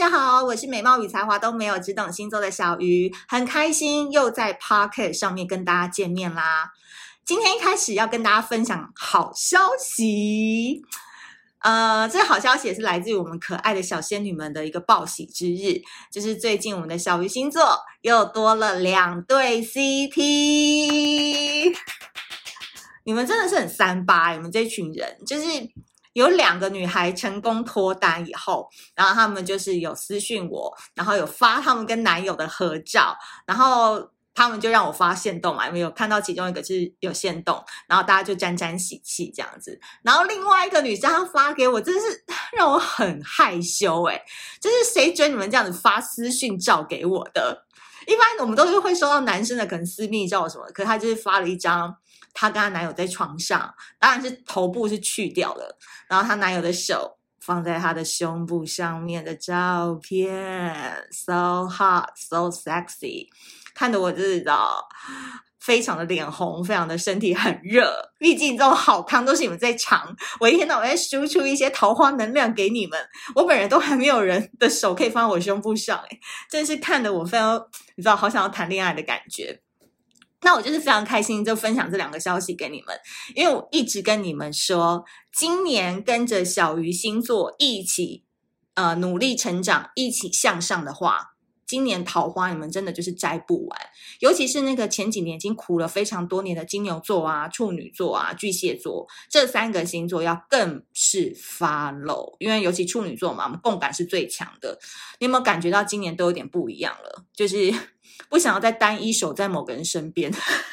家好，我是美貌与才华都没有，只懂星座的小鱼，很开心又在 Podcast 上面跟大家见面啦。今天一开始要跟大家分享好消息，这个好消息也是来自于我们可爱的小仙女们的一个报喜之日，就是最近我们的小鱼星座又多了2对 CP。你们真的是很3八，你们这群人就是有2个女孩成功脱单以后，然后他们就是有私讯我，然后有发他们跟男友的合照，然后他们就让我发限动嘛，因为有看到其中一个是有限动，然后大家就沾沾喜气这样子。然后另外一个女生她发给我，真的是让我很害羞就是谁准你们这样子发私讯照给我的？一般我们都是会收到男生的可能私密照什么的，可是她就是发了一张她跟她男友在床上，当然是头部是去掉的，然后她男友的手放在她的胸部上面的照片 ，so hot, so sexy， 看得我知道非常的脸红，非常的身体很热。毕竟这种好康都是你们在尝，我一天到晚在输出一些桃花能量给你们，我本人都还没有人的手可以放在我胸部上真是看得我非常你知道好想要谈恋爱的感觉。那我就是非常开心就分享这2个消息给你们，因为我一直跟你们说，今年跟着小鱼星座一起努力成长，一起向上的话，今年桃花你们真的就是摘不完。尤其是那个前几年已经苦了非常多年的金牛座啊、处女座啊、巨蟹座，这3个星座要更是发漏，因为尤其处女座嘛，我们共感是最强的。你有没有感觉到今年都有点不一样了？就是不想要再单一守在某个人身边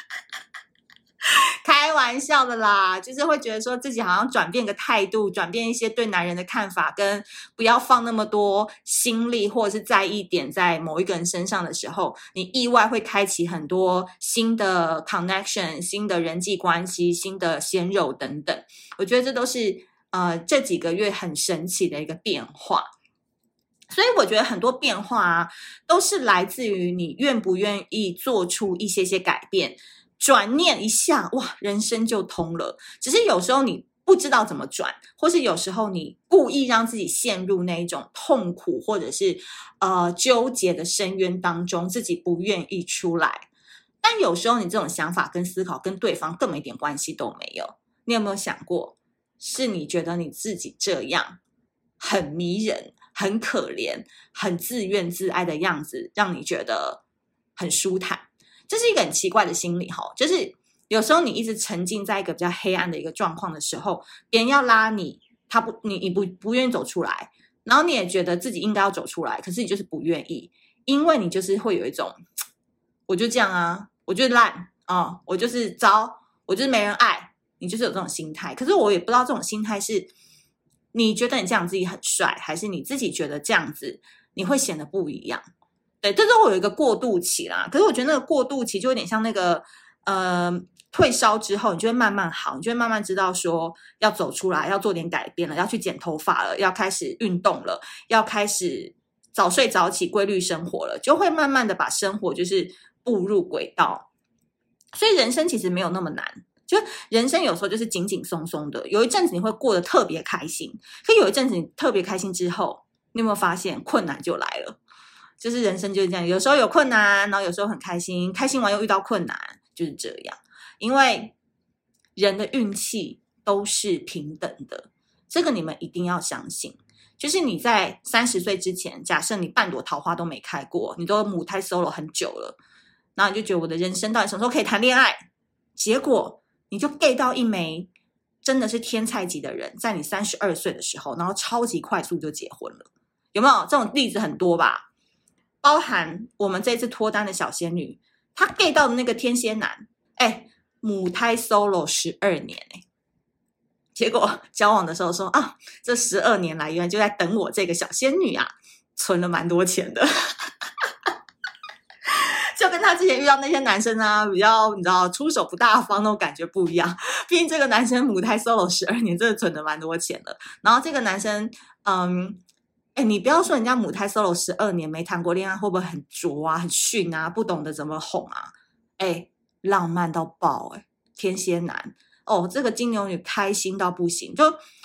开玩笑的啦，就是会觉得说自己好像转变个态度，转变一些对男人的看法，跟不要放那么多心力或者是在意点在某一个人身上的时候，你意外会开启很多新的 connection， 新的人际关系，新的鲜肉等等。我觉得这都是这几个月很神奇的一个变化。所以我觉得很多变化都是来自于你愿不愿意做出一些改变，转念一下，哇，人生就通了。只是有时候你不知道怎么转，或是有时候你故意让自己陷入那一种痛苦或者是纠结的深渊当中，自己不愿意出来。但有时候你这种想法跟思考跟对方根本一点关系都没有。你有没有想过，是你觉得你自己这样很迷人，很可怜，很自怨自艾的样子让你觉得很舒坦？这是一个很奇怪的心理就是有时候你一直沉浸在一个比较黑暗的一个状况的时候，别人要拉你，你不愿意走出来，然后你也觉得自己应该要走出来，可是你就是不愿意，因为你就是会有一种我就这样啊，我就烂我就是糟，我就是没人爱，你就是有这种心态。可是我也不知道这种心态是你觉得你这样自己很帅，还是你自己觉得这样子你会显得不一样。对，这都会有一个过渡期啦。可是我觉得那个过渡期就有点像那个退烧之后，你就会慢慢好，你就会慢慢知道说要走出来，要做点改变了，要去剪头发了，要开始运动了，要开始早睡早起规律生活了，就会慢慢的把生活就是步入轨道。所以人生其实没有那么难，就人生有时候就是紧紧松松的，有一阵子你会过得特别开心，可有一阵子你特别开心之后，你有没有发现困难就来了？就是人生就是这样，有时候有困难，然后有时候很开心，开心完又遇到困难，就是这样。因为人的运气都是平等的，这个你们一定要相信。就是你在30岁之前，假设你半朵桃花都没开过，你都母胎 solo 很久了，然后你就觉得我的人生到底什么时候可以谈恋爱？结果你就 get 到一枚真的是天菜级的人，在你32岁的时候，然后超级快速就结婚了。有没有这种例子？很多吧，包含我们这次脱单的小仙女，她 get 到的那个天蝎男母胎 solo 12年结果交往的时候说这12年来原来就在等我这个小仙女啊，存了蛮多钱的就跟他之前遇到那些男生比较你知道出手不大方那种感觉不一样。毕竟这个男生母胎 solo 12年，真的存了蛮多钱的。然后这个男生你不要说人家母胎 solo 12年没谈过恋爱，会不会很拙啊、很逊啊、不懂得怎么哄啊？浪漫到爆天蝎男这个金牛女开心到不行，就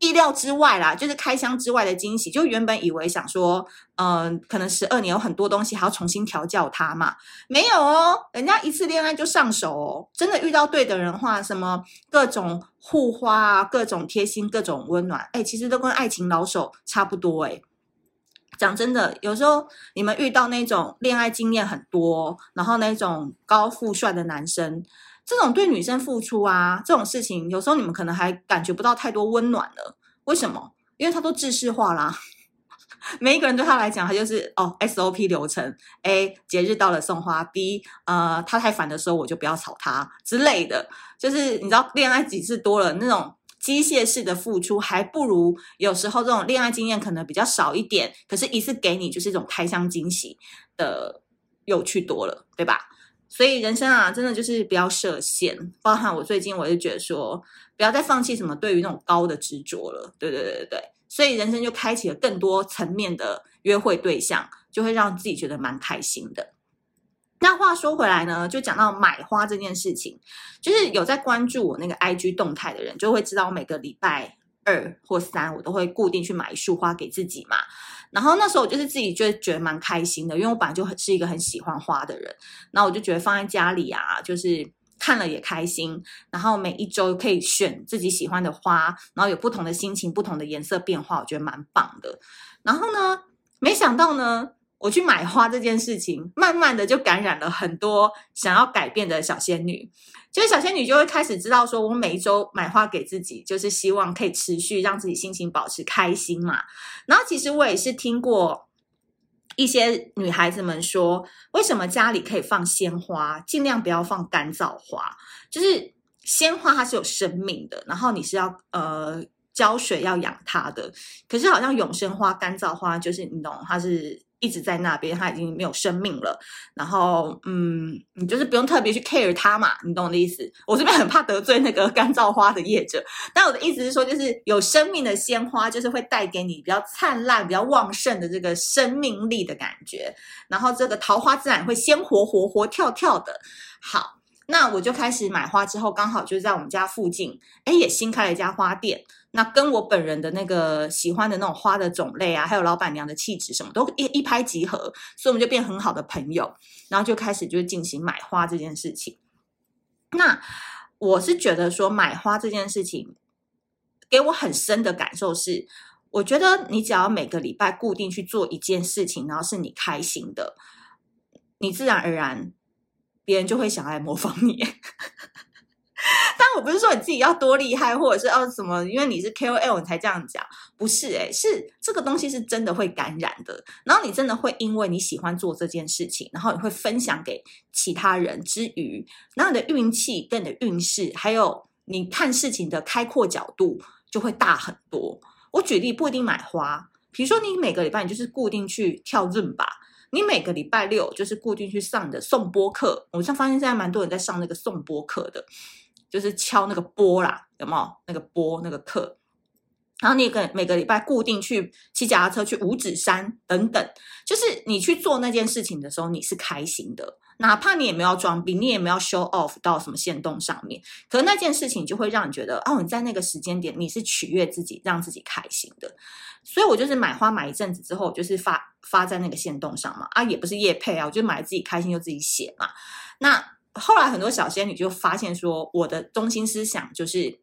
意料之外啦，就是开箱之外的惊喜。就原本以为想说，可能12年有很多东西还要重新调教它嘛，没有哦，人家一次恋爱就上手哦，真的遇到对的人话，什么各种护花啊，各种贴心，各种温暖，其实都跟爱情老手差不多讲真的，有时候你们遇到那种恋爱经验很多，然后那种高富帅的男生，这种对女生付出啊，这种事情有时候你们可能还感觉不到太多温暖了。为什么？因为他都制式化啦，每一个人对他来讲，他就是SOP 流程。A 节日到了送花 ，B 他太烦的时候我就不要吵他之类的。就是你知道恋爱几次多了，那种机械式的付出，还不如有时候这种恋爱经验可能比较少一点，可是一次给你就是一种开箱惊喜的有趣多了，对吧？所以人生啊，真的就是不要设限。包含我最近我就觉得说，不要再放弃什么对于那种高的执着了。对。所以人生就开启了更多层面的约会对象，就会让自己觉得蛮开心的。那话说回来呢，就讲到买花这件事情，就是有在关注我那个 IG 动态的人，就会知道每个礼拜2或3，我都会固定去买一束花给自己嘛。然后那时候我就是自己就觉得蛮开心的，因为我本来就是一个很喜欢花的人，然后我就觉得放在家里啊，就是看了也开心，然后每一周可以选自己喜欢的花，然后有不同的心情、不同的颜色变化，我觉得蛮棒的。然后呢，没想到呢，我去买花这件事情，慢慢的就感染了很多想要改变的小仙女。就是小仙女就会开始知道说，我每一周买花给自己，就是希望可以持续让自己心情保持开心嘛。然后其实我也是听过一些女孩子们说，为什么家里可以放鲜花，尽量不要放干燥花。就是鲜花它是有生命的，然后你是要浇水要养它的。可是好像永生花、干燥花，就是你懂，它是一直在那边，它已经没有生命了。然后你就是不用特别去 care 它嘛，你懂我的意思？我这边很怕得罪那个干燥花的业者，但我的意思是说，就是有生命的鲜花，就是会带给你比较灿烂、比较旺盛的这个生命力的感觉，然后这个桃花自然会鲜活活、活跳跳的。好，那我就开始买花之后，刚好就是在我们家附近，也新开了一家花店。那跟我本人的那个喜欢的那种花的种类啊，还有老板娘的气质什么都一拍即合，所以我们就变很好的朋友，然后就开始就是进行买花这件事情。那我是觉得说买花这件事情给我很深的感受是，我觉得你只要每个礼拜固定去做一件事情，然后是你开心的，你自然而然别人就会想来模仿你。但我不是说你自己要多厉害，或者是什么，因为你是 KOL 你才这样讲，不是是这个东西是真的会感染的，然后你真的会因为你喜欢做这件事情，然后你会分享给其他人之余，然后你的运气跟你的运势，还有你看事情的开阔角度就会大很多。我举例不一定买花，比如说你每个礼拜你就是固定去跳润吧，你每个礼拜6就是固定去上你的颂钵课，我发现现在蛮多人在上那个颂钵课的，就是敲那个钵啦，有没有那个钵那个课？然后你每个礼拜固定去骑脚踏车去五指山等等，就是你去做那件事情的时候，你是开心的，哪怕你也没有装逼，你也没有 show off 到什么限动上面，可是那件事情就会让你觉得你在那个时间点你是取悦自己，让自己开心的。所以我就是买花买一阵子之后，就是发在那个限动上嘛，也不是业配我就买自己开心就自己写嘛。那后来很多小仙女就发现说，我的中心思想就是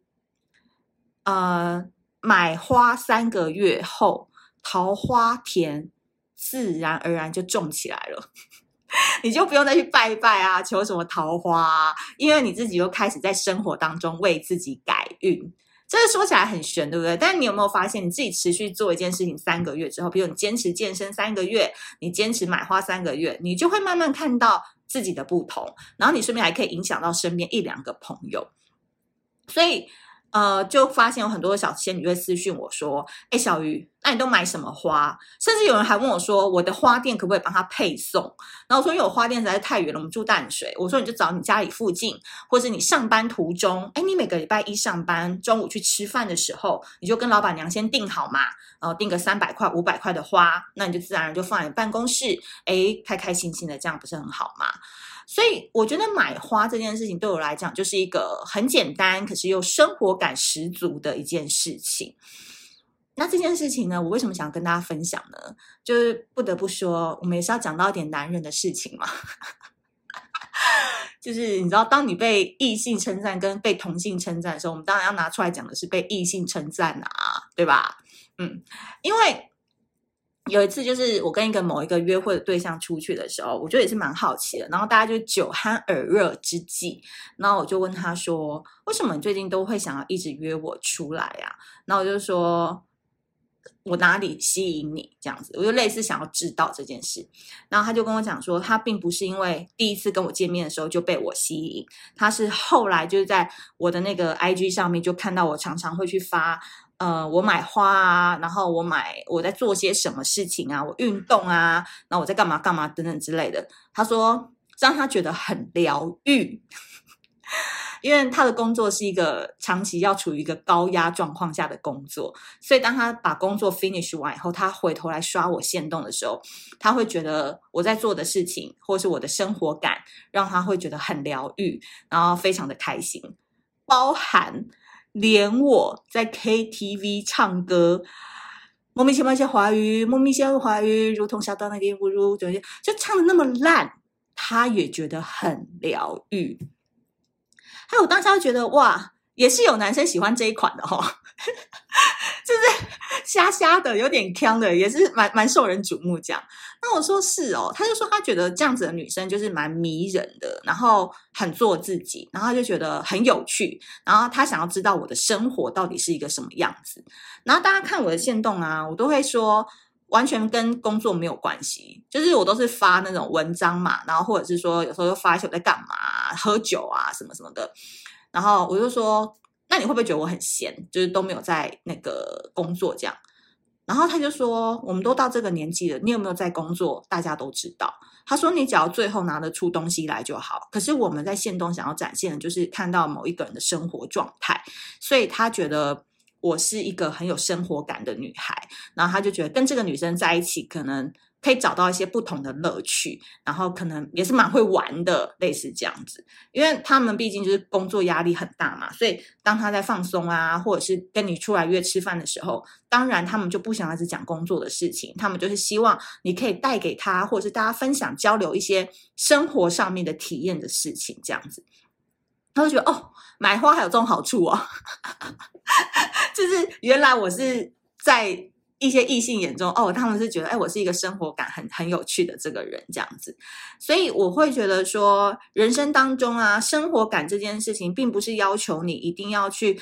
买花3个月后，桃花田自然而然就种起来了。你就不用再去拜拜啊，求什么桃花啊，因为你自己又开始在生活当中为自己改运。这个说起来很玄，对不对？但是你有没有发现，你自己持续做一件事情3个月之后，比如你坚持健身3个月，你坚持买花3个月，你就会慢慢看到自己的不同，然后你顺便还可以影响到身边1-2个朋友。所以就发现有很多小仙女会私讯我说，小鱼，那你都买什么花？甚至有人还问我说，我的花店可不可以帮他配送？然后我说，因为我花店实在是太远了，我们住淡水，我说你就找你家里附近，或是你上班途中，你每个礼拜1上班，中午去吃饭的时候，你就跟老板娘先订好嘛，订个300块、500块的花，那你就自然就放在办公室，开开心心的，这样不是很好吗？ 所以我觉得买花这件事情对我来讲就是一个很简单，可是又生活感十足的一件事情。那这件事情呢，我为什么想要跟大家分享呢？就是不得不说，我们也是要讲到一点男人的事情嘛。就是你知道，当你被异性称赞跟被同性称赞的时候，我们当然要拿出来讲的是被异性称赞啊，对吧？因为有一次就是我跟某一个约会的对象出去的时候，我觉得也是蛮好奇的，然后大家就酒酣耳热之际，然后我就问他说，为什么你最近都会想要一直约我出来啊？然后我就说，我哪里吸引你这样子，我就类似想要知道这件事。然后他就跟我讲说，他并不是因为第一次跟我见面的时候就被我吸引，他是后来就是在我的那个 IG 上面就看到我常常会去发我买花啊，然后我在做些什么事情啊，我运动啊，然后我在干嘛干嘛等等之类的。他说让他觉得很疗愈。因为他的工作是一个长期要处于一个高压状况下的工作，所以当他把工作 finish 完以后，他回头来刷我限动的时候，他会觉得我在做的事情或是我的生活感让他会觉得很疗愈，然后非常的开心，包含连我在 KTV 唱歌莫名其妙一些华语，莫名其妙的华语如同小岛那个不如就唱的那么烂，他也觉得很疗愈。还有我当时觉得哇，也是有男生喜欢这一款的就是瞎瞎的有点呛的，也是蛮受人瞩目这样。那我说是哦，他就说他觉得这样子的女生就是蛮迷人的，然后很做自己，然后他就觉得很有趣，然后他想要知道我的生活到底是一个什么样子。然后大家看我的限动啊，我都会说完全跟工作没有关系，就是我都是发那种文章嘛，然后或者是说有时候就发一些我在干嘛，喝酒啊什么什么的，然后我就说那你会不会觉得我很闲，就是都没有在那个工作这样。然后他就说我们都到这个年纪了，你有没有在工作大家都知道，他说你只要最后拿得出东西来就好，可是我们在限动想要展现的就是看到某一个人的生活状态，所以他觉得我是一个很有生活感的女孩，然后他就觉得跟这个女生在一起可能可以找到一些不同的乐趣，然后可能也是蛮会玩的，类似这样子。因为他们毕竟就是工作压力很大嘛，所以当他在放松啊，或者是跟你出来约吃饭的时候，当然他们就不想要只讲工作的事情，他们就是希望你可以带给他，或者是大家分享交流一些生活上面的体验的事情这样子。他就觉得哦，买花还有这种好处哦就是原来我是在一些异性眼中哦，他们是觉得我是一个生活感很有趣的这个人这样子。所以我会觉得说人生当中啊，生活感这件事情并不是要求你一定要去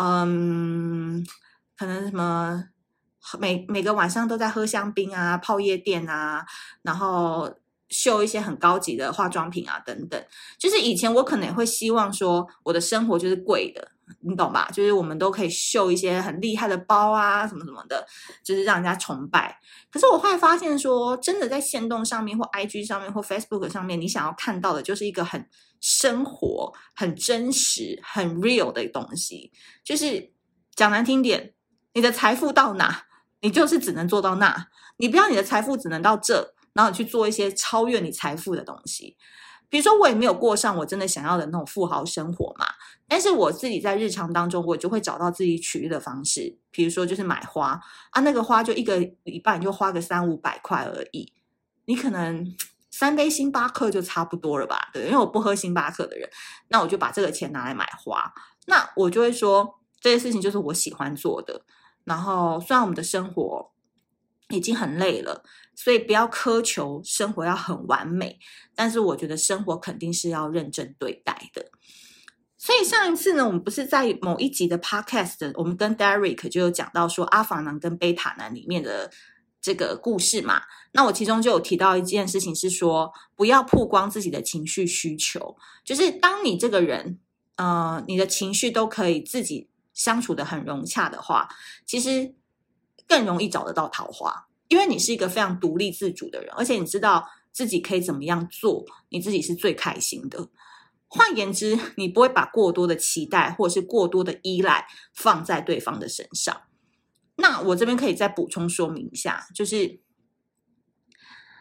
可能什么每个晚上都在喝香槟啊，泡夜店啊，然后秀一些很高级的化妆品啊等等。就是以前我可能也会希望说我的生活就是贵的，你懂吧？就是我们都可以秀一些很厉害的包啊什么什么的，就是让人家崇拜。可是我后来发现说，真的在限动上面或 IG 上面或 Facebook 上面，你想要看到的就是一个很生活很真实很 real 的东西。就是讲难听点，你的财富到哪你就是只能做到那，你不要你的财富只能到这，然后你去做一些超越你财富的东西。比如说我也没有过上我真的想要的那种富豪生活嘛，但是我自己在日常当中我就会找到自己取悦的方式。比如说就是买花啊，那个花就一个礼拜你就花个300-500块而已，你可能3杯星巴克就差不多了吧，对，因为我不喝星巴克的人，那我就把这个钱拿来买花。那我就会说这些事情就是我喜欢做的，然后虽然我们的生活已经很累了，所以不要苛求生活要很完美，但是我觉得生活肯定是要认真对待的。所以上一次呢，我们不是在某一集的 podcast 我们跟 Derek 就有讲到说阿法男跟贝塔男里面的这个故事嘛，那我其中就有提到一件事情是说不要曝光自己的情绪需求，就是当你这个人你的情绪都可以自己相处得很融洽的话，其实更容易找得到桃花，因为你是一个非常独立自主的人，而且你知道自己可以怎么样做，你自己是最开心的。换言之，你不会把过多的期待或者是过多的依赖放在对方的身上。那我这边可以再补充说明一下，就是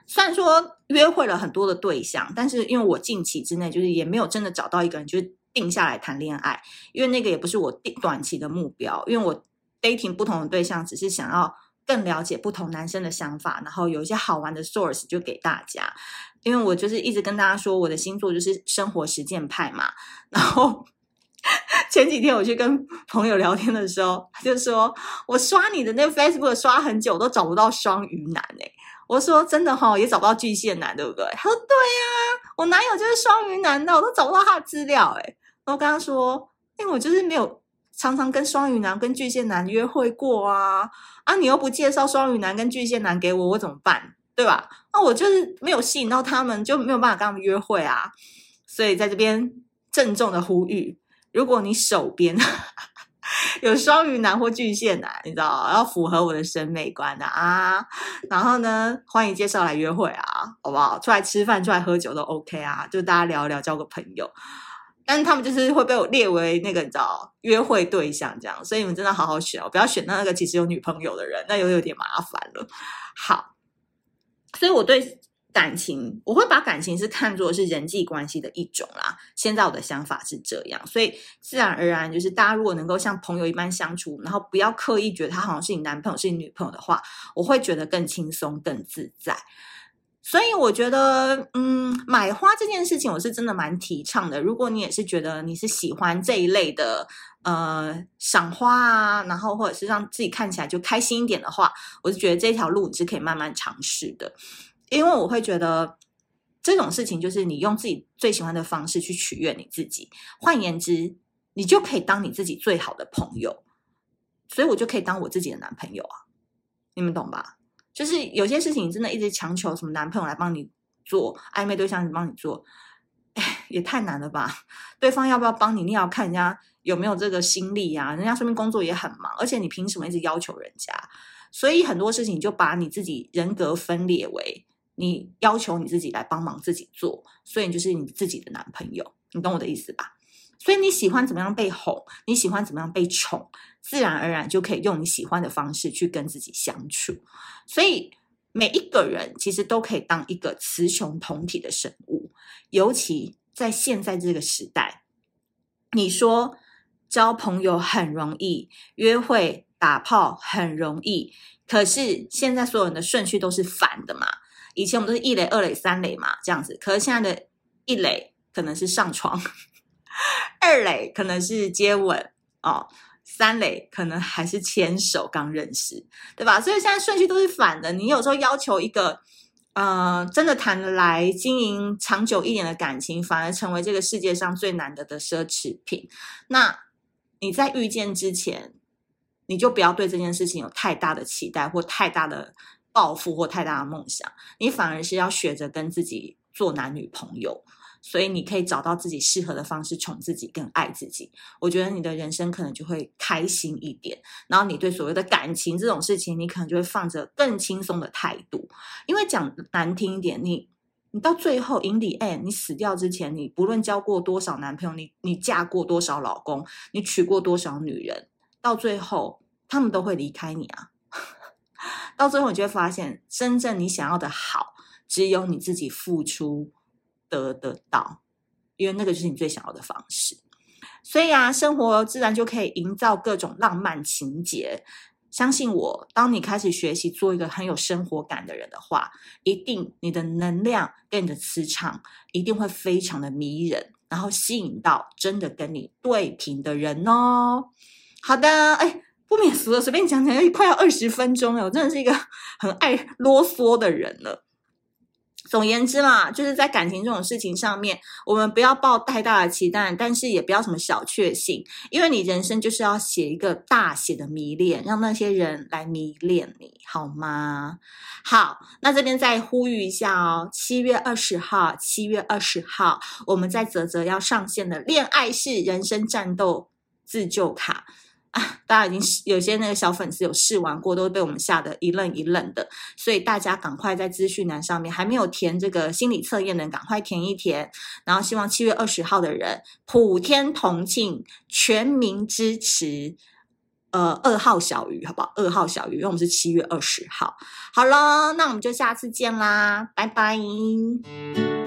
虽然说约会了很多的对象，但是因为我近期之内就是也没有真的找到一个人就是定下来谈恋爱，因为那个也不是我短期的目标，因为我 dating 不同的对象只是想要更了解不同男生的想法，然后有一些好玩的 source 就给大家。因为我就是一直跟大家说我的星座就是生活实践派嘛，然后前几天我去跟朋友聊天的时候，他就说我刷你的那个 Facebook 刷很久都找不到双鱼男我说真的也找不到巨蟹男对不对？他说对啊，我男友就是双鱼男的，我都找不到他的资料然后跟他说因为我就是没有常常跟双鱼男跟巨蟹男约会过啊，你又不介绍双鱼男跟巨蟹男给我怎么办？对吧？我就是没有吸引到他们，就没有办法跟他们约会啊。所以在这边郑重的呼吁，如果你手边有双鱼男或巨蟹男，你知道要符合我的审美观的然后呢欢迎介绍来约会好不好？出来吃饭出来喝酒都 OK 就大家聊一聊交个朋友，但是他们就是会被我列为那个你知道约会对象这样，所以你们真的好好选不要选到那个其实有女朋友的人，那有点麻烦了。好，所以我对感情，我会把感情是看作是人际关系的一种啦。现在我的想法是这样，所以自然而然就是大家如果能够像朋友一般相处，然后不要刻意觉得他好像是你男朋友是你女朋友的话，我会觉得更轻松更自在。所以我觉得买花这件事情我是真的蛮提倡的。如果你也是觉得你是喜欢这一类的赏花然后或者是让自己看起来就开心一点的话，我是觉得这条路你是可以慢慢尝试的。因为我会觉得这种事情就是你用自己最喜欢的方式去取悦你自己，换言之你就可以当你自己最好的朋友，所以我就可以当我自己的男朋友你们懂吧？就是有些事情你真的一直强求什么男朋友来帮你做，暧昧对象帮你做，也太难了吧？对方要不要帮你，你也要看人家有没有这个心力人家说明工作也很忙，而且你凭什么一直要求人家？所以很多事情你就把你自己人格分裂为你要求你自己来帮忙自己做，所以你就是你自己的男朋友，你懂我的意思吧？所以你喜欢怎么样被哄，你喜欢怎么样被宠，自然而然就可以用你喜欢的方式去跟自己相处。所以每一个人其实都可以当一个雌雄同体的生物，尤其在现在这个时代，你说交朋友很容易，约会打炮很容易，可是现在所有人的顺序都是反的嘛。以前我们都是一垒二垒三垒嘛，这样子，可是现在的一垒可能是上床，二垒可能是接吻三垒可能还是牵手刚认识，对吧？所以现在顺序都是反的。你有时候要求一个真的谈得来经营长久一点的感情，反而成为这个世界上最难得的奢侈品。那你在遇见之前，你就不要对这件事情有太大的期待或太大的抱负或太大的梦想，你反而是要学着跟自己做男女朋友，所以你可以找到自己适合的方式宠自己跟爱自己，我觉得你的人生可能就会开心一点，然后你对所谓的感情这种事情你可能就会放着更轻松的态度。因为讲难听一点，你到最后in the end，你死掉之前，你不论交过多少男朋友，你嫁过多少老公，你娶过多少女人，到最后他们都会离开你到最后你就会发现，真正你想要的好，只有你自己付出得到，因为那个就是你最想要的方式。所以生活自然就可以营造各种浪漫情节。相信我，当你开始学习做一个很有生活感的人的话，一定你的能量跟你的磁场一定会非常的迷人，然后吸引到真的跟你对频的人好的，不免俗了，随便讲讲快要20分钟了，我真的是一个很爱啰嗦的人了。总言之啦，就是在感情这种事情上面，我们不要抱太大的期待，但是也不要什么小确幸，因为你人生就是要写一个大写的迷恋，让那些人来迷恋你，好吗？好，那这边再呼吁一下7月20号，我们在嘖要上线的恋爱式人生战斗自救卡大家已经有些那个小粉丝有试玩过，都被我们吓得一愣一愣的，所以大家赶快在资讯栏上面还没有填这个心理测验的人赶快填一填，然后希望7月20号的人普天同庆，全民支持 2号小鱼，好不好？2号小鱼，因为我们是7月20号。好了，那我们就下次见啦，拜拜。